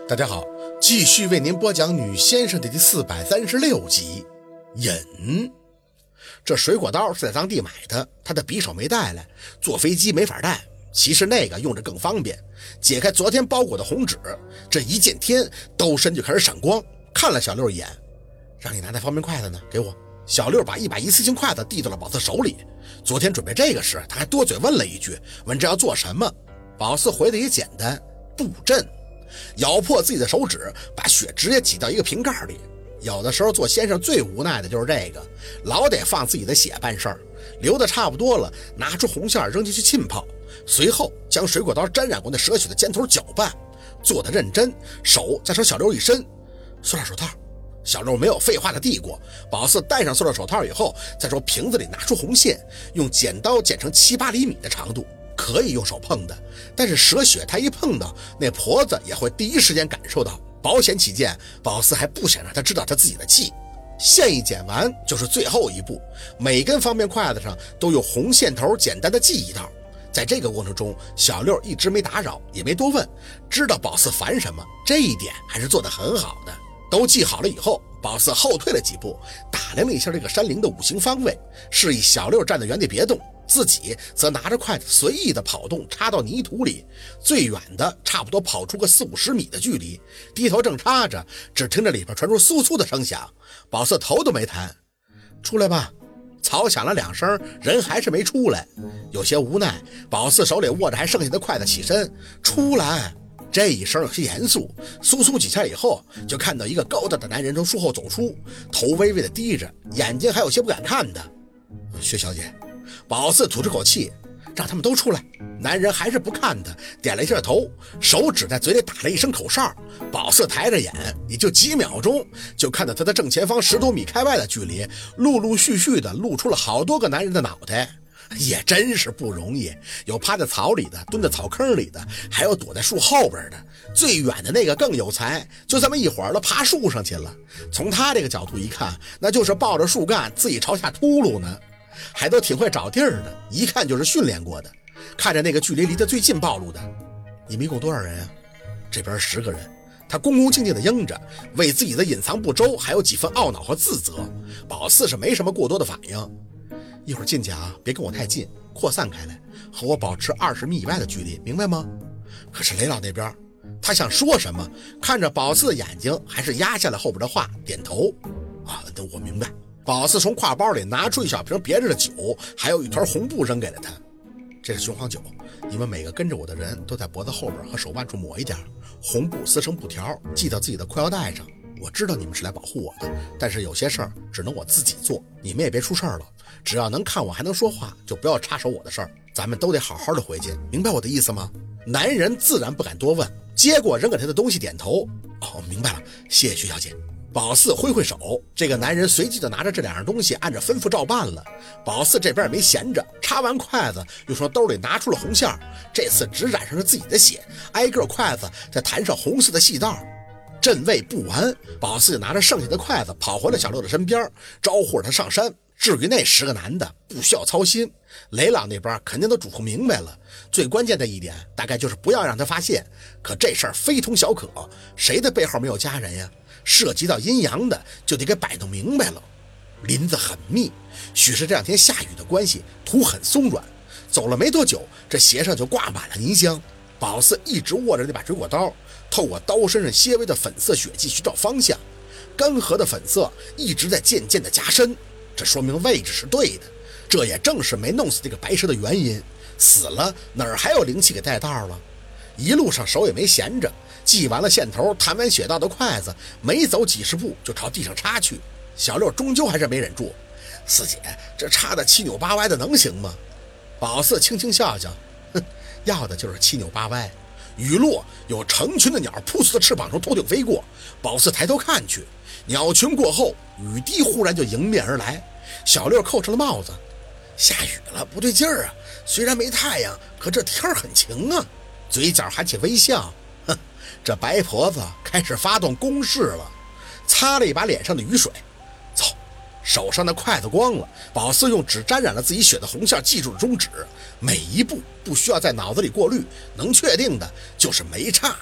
大家好，继续为您播讲《女先生》的第436集。瘾。这水果刀是在当地买的，他的匕首没带来，坐飞机没法带。其实那个用着更方便。解开昨天包裹的红纸，这一见天，兜身就开始闪光。看了小六一眼，让你拿那方便筷子呢，给我。小六把一次性筷子递到了宝四手里。昨天准备这个时，他还多嘴问了一句，问这要做什么。宝四回的也简单，布阵。咬破自己的手指，把血直接挤到一个瓶盖里。有的时候做先生最无奈的就是这个，老得放自己的血办事儿。流的差不多了，拿出红线扔进去浸泡，随后将水果刀沾染过那蛇血的尖头搅拌，做得认真，手再朝小六一伸，塑料手套。小六没有废话的递过，宝四戴上塑料手套以后，再从瓶子里拿出红线，用剪刀剪成7、8厘米的长度。可以用手碰的，但是蛇血他一碰到，那婆子也会第一时间感受到。保险起见，宝四还不想让他知道他自己的气。线一剪完就是最后一步，每根方便筷子上都有红线头简单的系一道。在这个过程中，小六一直没打扰，也没多问，知道宝四烦什么，这一点还是做得很好的。都记好了以后，宝四后退了几步，打量了一下这个山林的5行方位，示意小六站在原地别动，自己则拿着筷子随意的跑动，插到泥土里，最远的差不多跑出个40、50米的距离。低头正插着，只听着里边传出簌簌的声响，宝四头都没抬，出来吧。草响了2声，人还是没出来。有些无奈，宝四手里握着还剩下的筷子起身，出来。这一声有些严肃，簌簌几下以后，就看到一个高大的男人从树后走出，头微微的低着，眼睛还有些不敢看的。薛小姐。宝四吐出口气，让他们都出来。男人还是不看他，点了一下头，手指在嘴里打了一声口哨。宝四抬着眼，也就几秒钟，就看到他的正前方10多米开外的距离，陆陆续续的露出了好多个男人的脑袋。也真是不容易，有趴在草里的，蹲在草坑里的，还有躲在树后边的。最远的那个更有才，就这么一会儿都爬树上去了。从他这个角度一看，那就是抱着树干自己朝下秃噜呢，还都挺会找地儿的，一看就是训练过的。看着那个距离离得最近暴露的，你们一共多少人啊？这边10个人。他恭恭敬敬地应着，为自己的隐藏不周还有几分懊恼和自责。宝四是没什么过多的反应。一会儿进去啊，别跟我太近，扩散开来，和我保持20米以外的距离，明白吗？可是雷老那边，他想说什么，看着宝四的眼睛，还是压下了后边的话，点头。我明白。宝四从挎包里拿出一小瓶别着的酒，还有一团红布扔给了他。这是雄黄酒，你们每个跟着我的人都在脖子后边和手腕处抹一点，红布撕成布条，系到自己的裤腰带上。我知道你们是来保护我的，但是有些事儿只能我自己做，你们也别出事儿了。只要能看我还能说话，就不要插手我的事儿。咱们都得好好的回去，明白我的意思吗？男人自然不敢多问，接过扔给他的东西点头。明白了，谢谢徐小姐。宝四挥挥手，这个男人随即就拿着这2样东西按着吩咐照办了。宝四这边也没闲着，插完筷子又从兜里拿出了红线，这次只染上了自己的血，挨个筷子再弹上红色的细道。阵位不完，宝四就拿着剩下的筷子跑回了小六的身边，招呼着他上山。至于那10个男的，不需要操心，雷老那边肯定都嘱咐明白了。最关键的一点，大概就是不要让他发现。可这事儿非同小可，谁的背后没有家人呀？涉及到阴阳的，就得给摆弄明白了。林子很密，许是这2天下雨的关系，土很松软。走了没多久，这鞋上就挂满了泥浆。宝四一直握着那把水果刀，透过刀身上些微的粉色血迹寻找方向。干涸的粉色一直在渐渐的加深，这说明位置是对的。这也正是没弄死这个白蛇的原因。死了哪儿还有灵气给带道了？一路上手也没闲着，系完了线头，弹完血道的筷子，没走几十步就朝地上插去。小六终究还是没忍住，四姐，这插的7扭8歪的能行吗？宝四轻轻笑笑，要的就是7扭8歪。雨落，有成群的鸟扑簌的翅膀从头顶飞过。宝四抬头看去，鸟群过后，雨滴忽然就迎面而来。小六扣上了帽子，下雨了，不对劲儿啊！虽然没太阳，可这天儿很晴啊。嘴角含起微笑，这白婆子开始发动攻势了。擦了一把脸上的雨水，走。手上的筷子光了，宝四用纸沾染了自己血的红线记住了中指，每一步不需要在脑子里过滤，能确定的就是没差。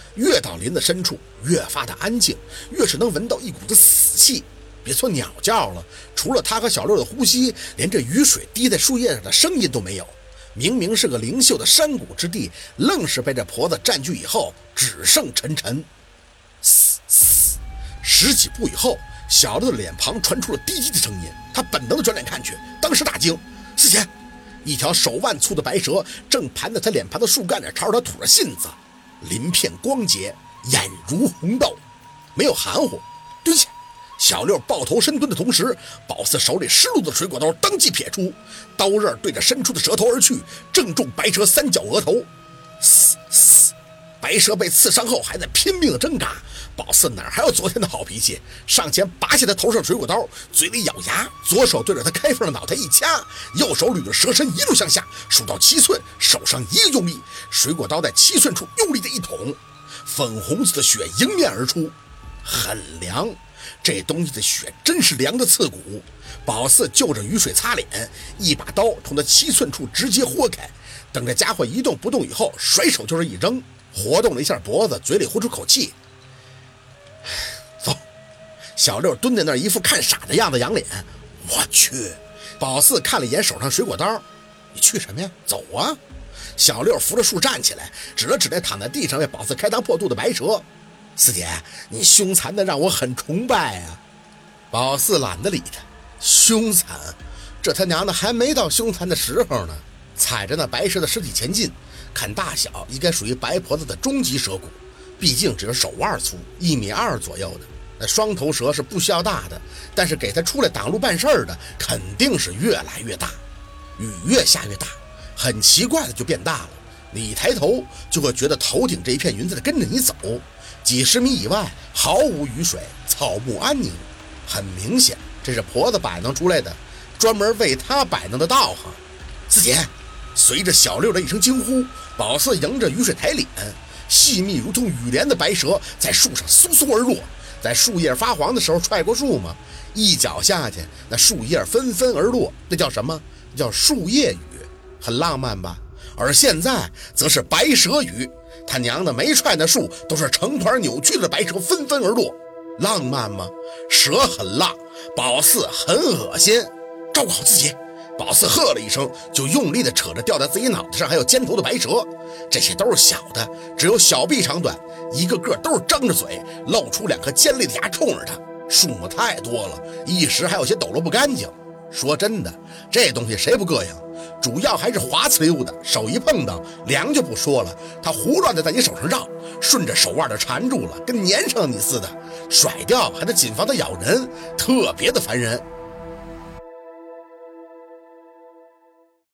越到林子深处越发的安静，越是能闻到一股子死气。别说鸟叫了，除了他和小六的呼吸，连这雨水滴在树叶上的声音都没有。明明是个灵秀的山谷之地，愣是被这婆子占据以后只剩沉沉。嘶嘶，10几步以后，小六的脸庞传出了低低的声音，他本能的转脸看去，当时大惊，四姐，一条手腕粗的白蛇正盘在他脸庞的树干上朝着他吐着信子，鳞片光洁，眼如红豆。没有含糊，蹲下。小六抱头深蹲的同时，宝四手里湿漉的水果刀当即撇出，刀刃对着伸出的蛇头而去，正中白蛇3角额头。嘶嘶，白蛇被刺伤后还在拼命的挣扎，宝四哪还有昨天的好脾气，上前拔下他头上水果刀，嘴里咬牙，左手对着他开缝的脑袋一掐，右手捋着蛇身一路向下，数到7寸，手上一个用力，水果刀在7寸处用力的一捅，粉红色的血迎面而出，很凉。这东西的血真是凉的刺骨。宝四就着雨水擦脸，一把刀从他7寸处直接豁开，等这家伙一动不动以后，甩手就是一扔，活动了一下脖子，嘴里呼出口气，走。小六蹲在那儿一副看傻的样子，仰脸，我去。宝四看了一眼手上水果刀，你去什么呀？走啊。小六扶着树站起来，指了指那躺在地上为宝四开膛破肚的白蛇，四姐，你凶残的让我很崇拜啊。宝四懒得理他，凶残，这他娘的还没到凶残的时候呢。踩着那白蛇的尸体前进，看大小应该属于白婆子的中级蛇骨，毕竟只有手腕粗，1.2米左右的。那双头蛇是不需要大的，但是给他出来挡路办事儿的肯定是越来越大。雨越下越大，很奇怪的就变大了，你一抬头就会觉得头顶这一片云在跟着你走，几十米以外毫无雨水，草木安宁。很明显这是婆子摆弄出来的，专门为他摆弄的道行。四姐，随着小六的一声惊呼，宝四迎着雨水抬脸，细密如同雨帘的白蛇在树上簌簌而落，在树叶发黄的时候踹过树吗？一脚下去，那树叶纷纷而落，那叫什么？叫树叶雨，很浪漫吧？而现在则是白蛇雨，他娘的没踹那树，都是成团扭曲的白蛇纷纷而落，浪漫吗？蛇很浪，宝四很恶心，照顾好自己。宝四喝了一声，就用力地扯着吊在自己脑袋上还有肩头的白蛇，这些都是小的，只有小臂长短，一个个都是张着嘴，露出2颗尖利的牙冲着他，数目太多了，一时还有些抖落不干净。说真的，这东西谁不膈应？主要还是滑呲溜的，手一碰到凉就不说了，它胡乱的在你手上绕，顺着手腕就缠住了，跟粘上你似的，甩掉还得谨防它咬人，特别的烦人。